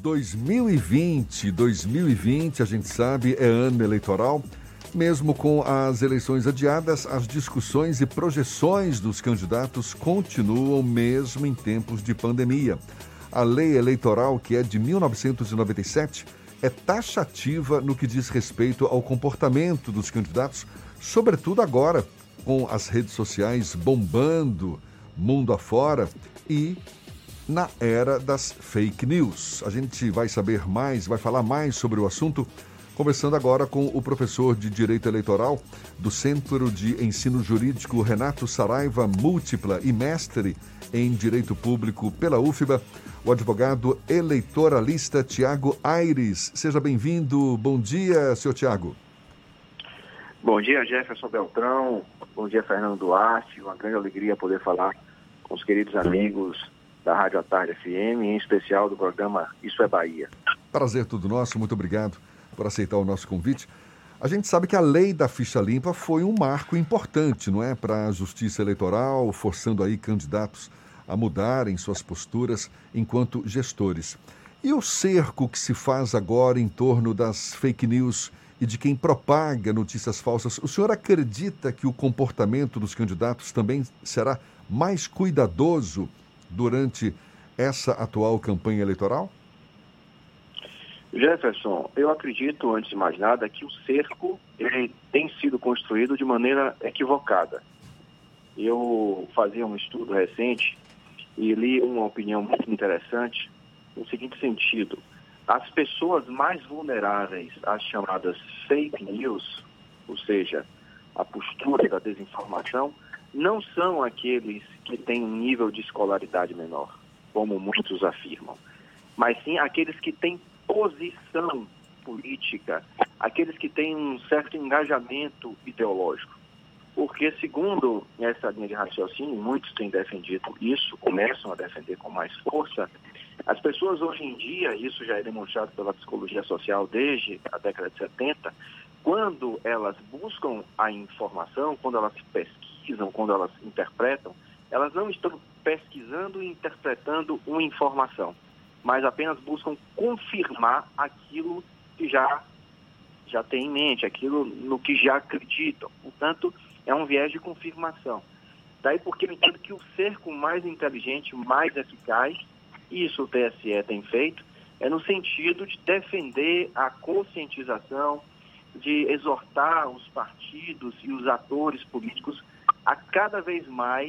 2020, a gente sabe, é ano eleitoral. Mesmo com as eleições adiadas, as discussões e projeções dos candidatos continuam mesmo em tempos de pandemia. A lei eleitoral, que é de 1997, é taxativa no que diz respeito ao comportamento dos candidatos, sobretudo agora, com as redes sociais bombando mundo afora e na era das fake news. A gente vai saber mais, vai falar mais sobre o assunto, conversando agora com o professor de Direito Eleitoral do Centro de Ensino Jurídico Renato Saraiva Múltipla e mestre em Direito Público pela UFBA, o advogado eleitoralista Tiago Aires. Seja bem-vindo. Bom dia, senhor Tiago. Bom dia, Jefferson Beltrão. Bom dia, Fernando Duarte. Uma grande alegria poder falar com os queridos amigos da Rádio à Tarde FM, em especial do programa Isso é Bahia. Prazer todo nosso. Muito obrigado por aceitar o nosso convite. A gente sabe que a lei da ficha limpa foi um marco importante, não é, para a justiça eleitoral, forçando aí candidatos a mudarem suas posturas enquanto gestores. E o cerco que se faz agora em torno das fake news e de quem propaga notícias falsas, o senhor acredita que o comportamento dos candidatos também será mais cuidadoso durante essa atual campanha eleitoral? Jefferson, eu acredito, antes de mais nada, que o cerco ele tem sido construído de maneira equivocada. Eu fazia um estudo recente e li uma opinião muito interessante no seguinte sentido: as pessoas mais vulneráveis às chamadas fake news, ou seja, a postura da desinformação, não são aqueles que têm um nível de escolaridade menor, como muitos afirmam, mas sim aqueles que têm posição política, aqueles que têm um certo engajamento ideológico. Porque, segundo essa linha de raciocínio, muitos têm defendido isso, começam a defender com mais força, as pessoas hoje em dia, isso já é demonstrado pela psicologia social desde a década de 70, quando elas buscam a informação, quando elas pesquisam, quando elas interpretam, elas não estão pesquisando e interpretando uma informação, mas apenas buscam confirmar aquilo que já tem em mente, aquilo no que já acreditam. Portanto, é um viés de confirmação. Daí porque eu entendo que o cerco mais inteligente, mais eficaz, isso o TSE tem feito, é no sentido de defender a conscientização, de exortar os partidos e os atores políticos a cada vez mais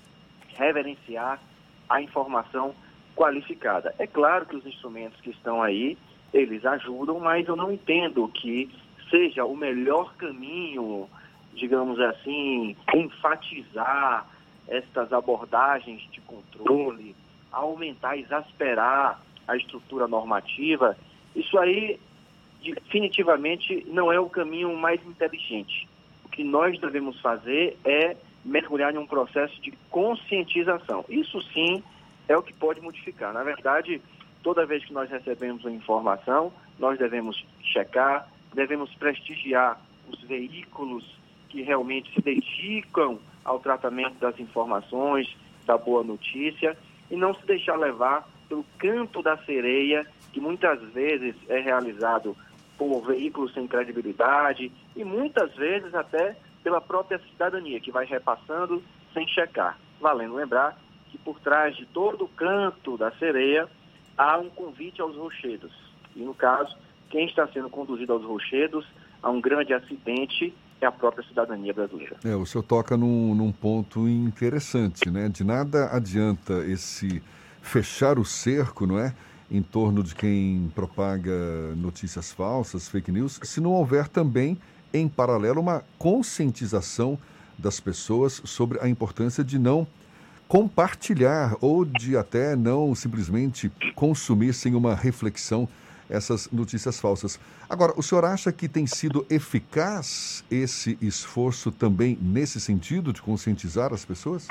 reverenciar a informação qualificada. É claro que os instrumentos que estão aí, eles ajudam, mas eu não entendo que seja o melhor caminho, digamos assim, enfatizar estas abordagens de controle, aumentar, exasperar a estrutura normativa. Isso aí definitivamente não é o caminho mais inteligente. O que nós devemos fazer é mergulhar em um processo de conscientização. Isso sim é o que pode modificar. Na verdade, toda vez que nós recebemos uma informação, nós devemos checar, devemos prestigiar os veículos que realmente se dedicam ao tratamento das informações, da boa notícia, e não se deixar levar pelo canto da sereia, que muitas vezes é realizado por veículos sem credibilidade e muitas vezes até pela própria cidadania, que vai repassando sem checar. Valendo lembrar que por trás de todo o canto da sereia há um convite aos rochedos. E, no caso, quem está sendo conduzido aos rochedos a um grande acidente é a própria cidadania brasileira. O senhor toca num ponto interessante, né? De nada adianta esse fechar o cerco, não é? Em torno de quem propaga notícias falsas, fake news, se não houver também, em paralelo, uma conscientização das pessoas sobre a importância de não compartilhar ou de até não simplesmente consumir sem uma reflexão essas notícias falsas. Agora, o senhor acha que tem sido eficaz esse esforço também nesse sentido de conscientizar as pessoas?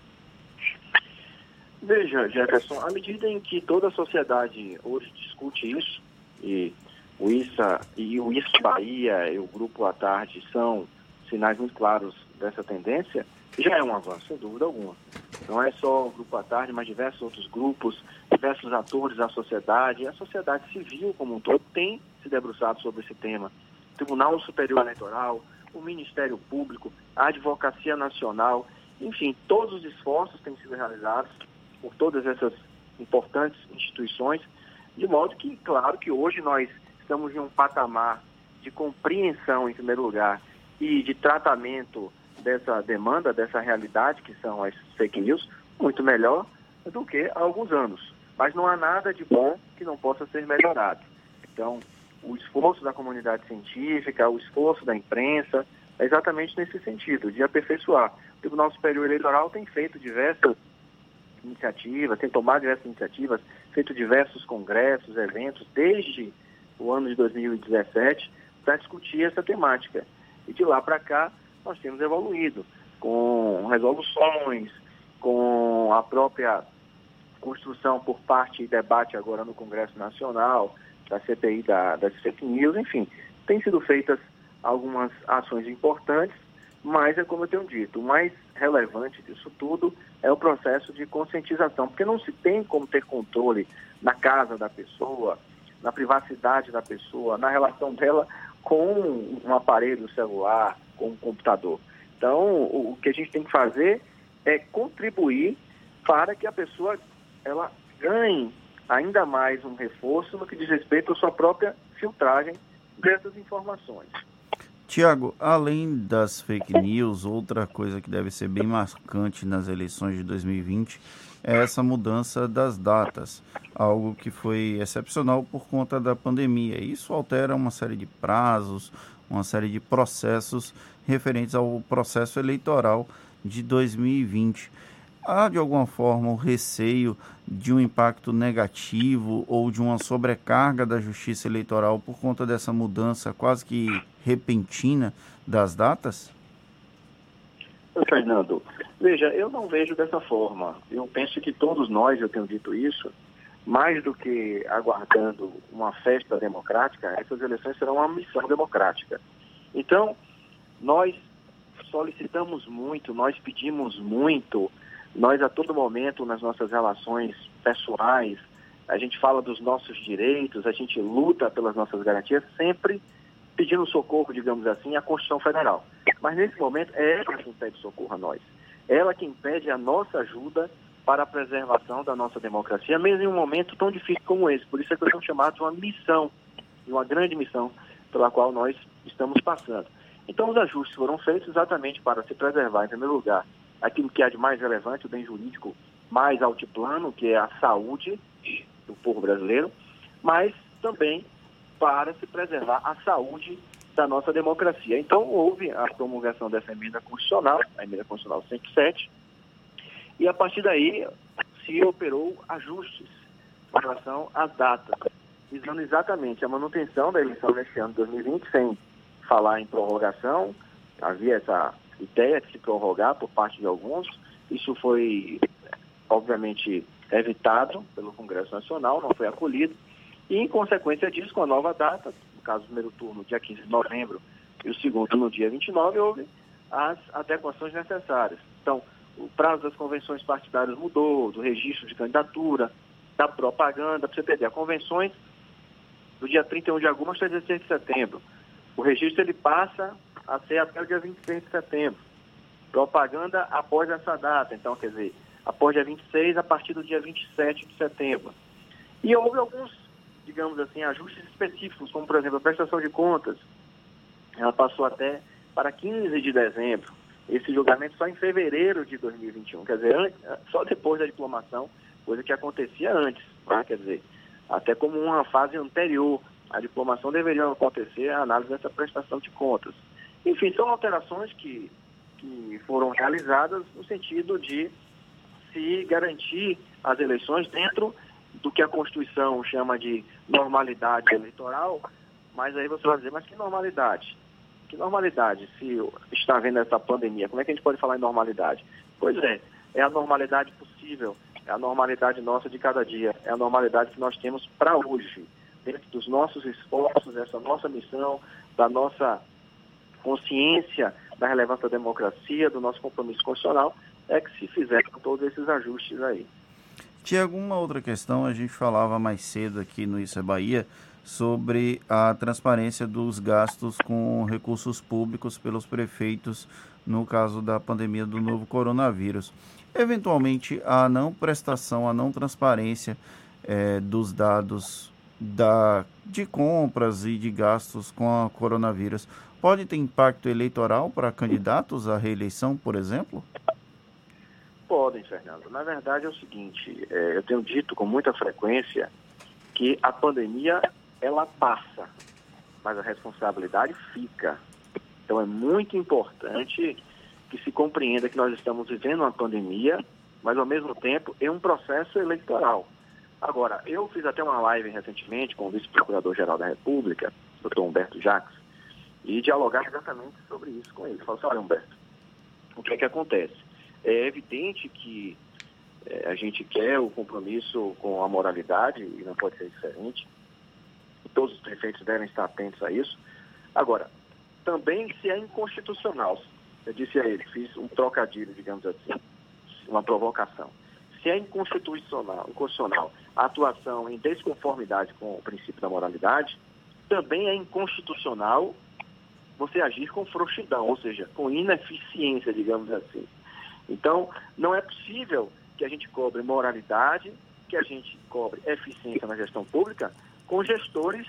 Veja, Jefferson, à medida em que toda a sociedade hoje discute isso, e o ISA Bahia e o Grupo à Tarde são sinais muito claros dessa tendência, já é um avanço, sem dúvida alguma. Não é só o Grupo à Tarde, mas diversos outros grupos diversos atores da sociedade, e a sociedade civil como um todo tem se debruçado sobre esse tema. O Tribunal Superior Eleitoral, o Ministério Público, a Advocacia Nacional, enfim, todos os esforços têm sido realizados por todas essas importantes instituições, de modo que, claro, que hoje nós estamos em um patamar de compreensão, em primeiro lugar, e de tratamento dessa demanda, dessa realidade que são as fake news, muito melhor do que há alguns anos. Mas não há nada de bom que não possa ser melhorado. Então, o esforço da comunidade científica, o esforço da imprensa, é exatamente nesse sentido, de aperfeiçoar. O Tribunal Superior Eleitoral tem feito diversas iniciativas, tem tomado diversas iniciativas, feito diversos congressos, eventos, desde o ano de 2017, para discutir essa temática. E de lá para cá, nós temos evoluído com resoluções, com a própria construção por parte e debate agora no Congresso Nacional, da CPI das fake news, enfim, tem sido feitas algumas ações importantes, mas é como eu tenho dito, o mais relevante disso tudo é o processo de conscientização, porque não se tem como ter controle na casa da pessoa, na privacidade da pessoa, na relação dela com um aparelho celular, com um computador. Então, o que a gente tem que fazer é contribuir para que a pessoa ela ganhe ainda mais um reforço no que diz respeito à sua própria filtragem dessas informações. Tiago, além das fake news, outra coisa que deve ser bem marcante nas eleições de 2020 é essa mudança das datas, algo que foi excepcional por conta da pandemia. Isso altera uma série de prazos, uma série de processos referentes ao processo eleitoral de 2020. Há, de alguma forma, o receio de um impacto negativo ou de uma sobrecarga da justiça eleitoral por conta dessa mudança quase que repentina das datas? Fernando, veja, eu não vejo dessa forma. Eu penso que todos nós, eu tenho dito isso, mais do que aguardando uma festa democrática, essas eleições serão uma missão democrática. Então, nós solicitamos muito, nós pedimos muito, nós a todo momento nas nossas relações pessoais, a gente fala dos nossos direitos, a gente luta pelas nossas garantias, sempre pedindo socorro, digamos assim, à Constituição Federal. Mas nesse momento é ela quem pede socorro a nós. Ela quem pede a nossa ajuda para a preservação da nossa democracia, mesmo em um momento tão difícil como esse. Por isso é que eu tenho chamado de uma missão, de uma grande missão pela qual nós estamos passando. Então os ajustes foram feitos exatamente para se preservar, em primeiro lugar, aquilo que há de mais relevante, o bem jurídico mais altiplano, que é a saúde do povo brasileiro, mas também para se preservar a saúde da nossa democracia. Então, houve a promulgação dessa emenda constitucional, a emenda constitucional 107, e a partir daí se operou ajustes em relação às datas, visando exatamente a manutenção da eleição neste ano de 2020, sem falar em prorrogação. Havia essa ideia de se prorrogar por parte de alguns. Isso foi, obviamente, evitado pelo Congresso Nacional, não foi acolhido. E, em consequência disso, com a nova data, no caso do primeiro turno, dia 15 de novembro, e o segundo no dia 29, houve as adequações necessárias. Então, o prazo das convenções partidárias mudou, do registro de candidatura, da propaganda, para você entender, as convenções do dia 31 de agosto a 16 de setembro. O registro ele passa a ser até o dia 26 de setembro. Propaganda após essa data, então, quer dizer, após dia 26, a partir do dia 27 de setembro. E houve alguns, digamos assim, ajustes específicos, como, por exemplo, a prestação de contas. Ela passou até para 15 de dezembro. Esse julgamento só em fevereiro de 2021, quer dizer, só depois da diplomação, coisa que acontecia antes, tá? Quer dizer, até como uma fase anterior à diplomação deveria acontecer a análise dessa prestação de contas. Enfim, são alterações que foram realizadas no sentido de se garantir as eleições dentro do que a Constituição chama de normalidade eleitoral, mas aí você vai dizer, mas que normalidade? Que normalidade se está havendo essa pandemia? Como é que a gente pode falar em normalidade? Pois é a normalidade possível, é a normalidade nossa de cada dia, é a normalidade que nós temos para hoje, dentro dos nossos esforços, dessa nossa missão, da nossa consciência da relevância da democracia, do nosso compromisso constitucional, é que se fizeram todos esses ajustes aí. Tinha alguma outra questão? A gente falava mais cedo aqui no Isso é Bahia sobre a transparência dos gastos com recursos públicos pelos prefeitos no caso da pandemia do novo coronavírus. Eventualmente, a não prestação, a não transparência dos dados de compras e de gastos com a coronavírus pode ter impacto eleitoral para candidatos à reeleição, por exemplo? Podem, Fernando. Na verdade é o seguinte, eu tenho dito com muita frequência que a pandemia, ela passa, mas a responsabilidade fica. Então é muito importante que se compreenda que nós estamos vivendo uma pandemia, mas ao mesmo tempo é um processo eleitoral. Agora, eu fiz até uma live recentemente com o vice-procurador-geral da República, Dr. Humberto Jacques, e dialogar exatamente sobre isso com ele. Eu falo assim, olha, Humberto, o que é que acontece? É evidente que a gente quer o compromisso com a moralidade, e não pode ser diferente. Todos os prefeitos devem estar atentos a isso. Agora, também se é inconstitucional, eu disse a ele, fiz um trocadilho, digamos assim, uma provocação. Se é inconstitucional a atuação em desconformidade com o princípio da moralidade, também é inconstitucional você agir com frouxidão, ou seja, com ineficiência, digamos assim. Então, não é possível que a gente cobre moralidade, que a gente cobre eficiência na gestão pública, com gestores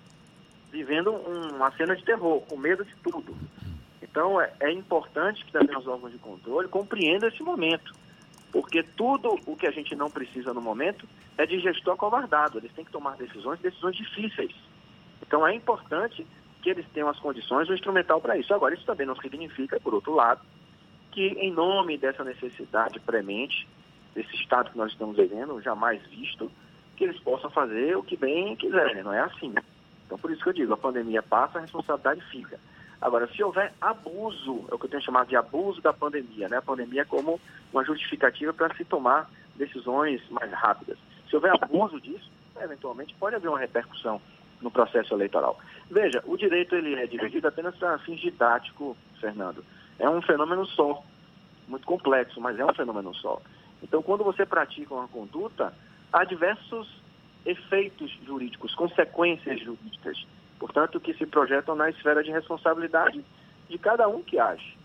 vivendo uma cena de terror, com medo de tudo. Então, é importante que também os órgãos de controle compreendam esse momento, porque tudo o que a gente não precisa no momento é de gestor acovardado. Eles têm que tomar decisões difíceis. Então, é importante que eles tenham as condições, o instrumental para isso. Agora, isso também não significa, por outro lado, que em nome dessa necessidade premente, desse estado que nós estamos vivendo, jamais visto, que eles possam fazer o que bem quiserem, não é assim. Então, por isso que eu digo, a pandemia passa, a responsabilidade fica. Agora, se houver abuso, é o que eu tenho chamado de abuso da pandemia, né? A pandemia é como uma justificativa para se tomar decisões mais rápidas. Se houver abuso disso, eventualmente pode haver uma repercussão no processo eleitoral. Veja, o direito ele é dividido apenas para fins didáticos, Fernando. É um fenômeno só, muito complexo, mas é um fenômeno só. Então, quando você pratica uma conduta, há diversos efeitos jurídicos, consequências jurídicas, portanto, que se projetam na esfera de responsabilidade de cada um que age.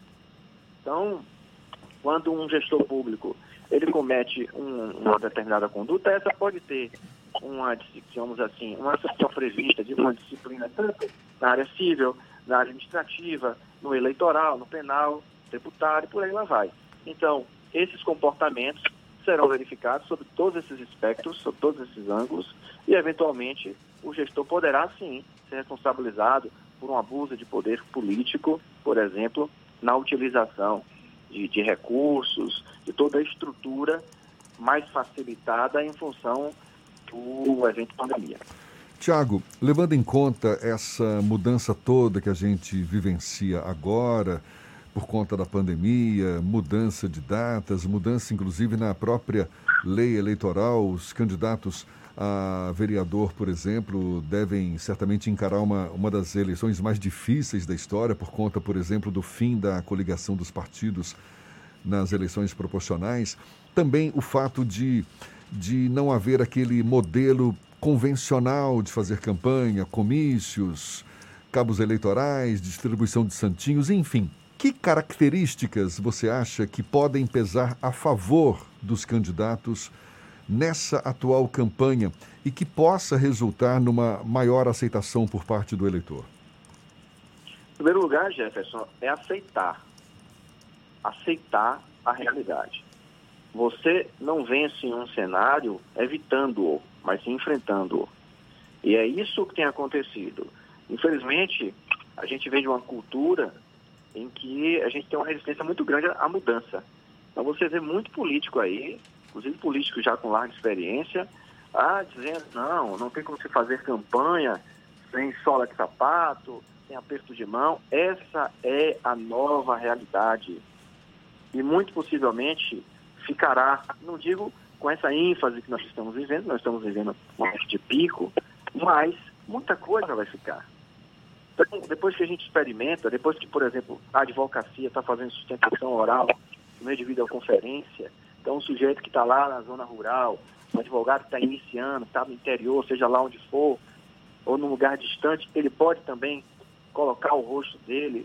Então, quando um gestor público ele comete uma determinada conduta, essa pode ter uma, digamos assim, uma sanção prevista de uma disciplina tanto na área civil, na área administrativa, no eleitoral, no penal, tributário, por aí lá vai. Então, esses comportamentos serão verificados sobre todos esses espectros, sobre todos esses ângulos, e, eventualmente, o gestor poderá, sim, ser responsabilizado por um abuso de poder político, por exemplo, na utilização de recursos, de toda a estrutura mais facilitada em função do evento pandemia. Tiago, levando em conta essa mudança toda que a gente vivencia agora, por conta da pandemia, mudança de datas, mudança inclusive na própria lei eleitoral, os candidatos a vereador, por exemplo, devem certamente encarar uma das eleições mais difíceis da história, por conta, por exemplo, do fim da coligação dos partidos nas eleições proporcionais. Também o fato de não haver aquele modelo convencional de fazer campanha, comícios, cabos eleitorais, distribuição de santinhos, enfim. Que características você acha que podem pesar a favor dos candidatos nessa atual campanha e que possa resultar numa maior aceitação por parte do eleitor? Em primeiro lugar, Jefferson, é aceitar a realidade. Você não vence um cenário evitando-o, mas sim enfrentando-o. E é isso que tem acontecido. Infelizmente, a gente vem de uma cultura em que a gente tem uma resistência muito grande à mudança. Então você vê muito político aí, inclusive políticos já com larga experiência, dizendo, não tem como se fazer campanha sem sola de sapato, sem aperto de mão. Essa é a nova realidade. E muito possivelmente ficará, não digo com essa ênfase que nós estamos vivendo um momento de pico, mas muita coisa vai ficar. Então, depois que a gente experimenta, depois que, por exemplo, a advocacia está fazendo sustentação oral no meio de videoconferência, então o sujeito que está lá na zona rural, um advogado que está iniciando, está no interior, seja lá onde for, ou num lugar distante, ele pode também colocar o rosto dele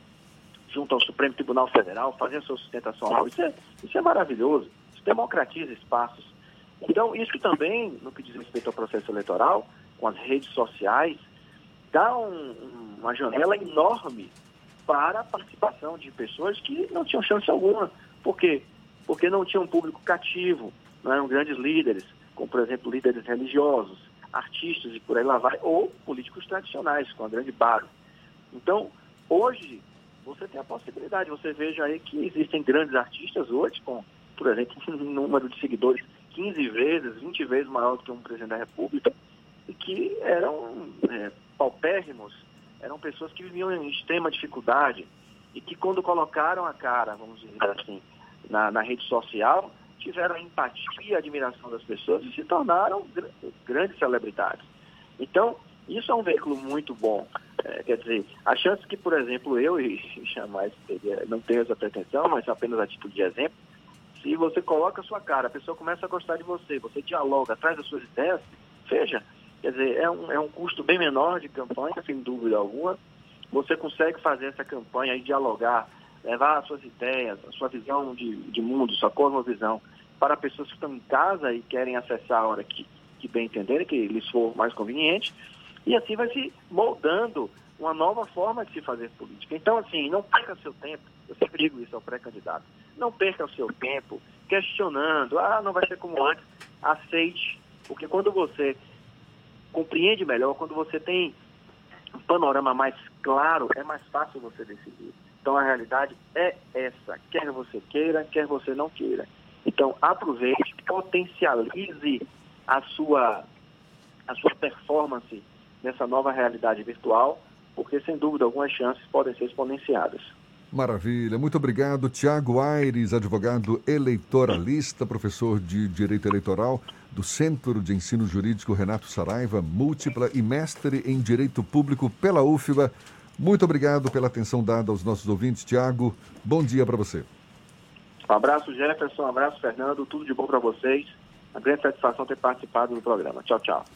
junto ao Supremo Tribunal Federal, fazer a sua sustentação oral. Isso é maravilhoso, isso democratiza espaços. Então, isso também, no que diz respeito ao processo eleitoral, com as redes sociais, dá uma janela enorme para a participação de pessoas que não tinham chance alguma. Por quê? Porque não tinham um público cativo, não eram grandes líderes, como, por exemplo, líderes religiosos, artistas e por aí lá vai, ou políticos tradicionais, com a grande base. Então, hoje, você tem a possibilidade, você veja aí que existem grandes artistas hoje, com, por exemplo, um número de seguidores 15 vezes, 20 vezes maior do que um presidente da República, e que eram paupérrimos, eram pessoas que viviam em extrema dificuldade, e que quando colocaram a cara, vamos dizer assim, na rede social, tiveram a empatia e a admiração das pessoas e se tornaram grandes celebridades. Então, isso é um veículo muito bom. Quer dizer, a chance que, por exemplo, eu, e jamais não tenho essa pretensão, mas apenas a título de exemplo, se você coloca a sua cara, a pessoa começa a gostar de você, você dialoga, traz as suas ideias, veja, quer dizer, é um custo bem menor de campanha, sem dúvida alguma. Você consegue fazer essa campanha e dialogar, levar as suas ideias, a sua visão de mundo, sua cosmovisão, para pessoas que estão em casa e querem acessar a hora que bem entenderem, que lhes for mais conveniente, e assim vai se moldando uma nova forma de se fazer política. Então, assim, não perca seu tempo, eu sempre digo isso ao pré-candidato, não perca o seu tempo questionando, não vai ser como antes, aceite, porque quando você compreende melhor, quando você tem um panorama mais claro, é mais fácil você decidir. Então, a realidade é essa, quer você queira, quer você não queira. Então, aproveite, potencialize a sua performance nessa nova realidade virtual, porque, sem dúvida, algumas chances podem ser exponenciadas. Maravilha. Muito obrigado, Tiago Aires, advogado eleitoralista, professor de Direito Eleitoral do Centro de Ensino Jurídico Renato Saraiva, múltipla e mestre em Direito Público pela UFBA. Muito obrigado pela atenção dada aos nossos ouvintes, Tiago. Bom dia para você. Um abraço, Jefferson. Um abraço, Fernando. Tudo de bom para vocês. Uma grande satisfação ter participado do programa. Tchau, tchau.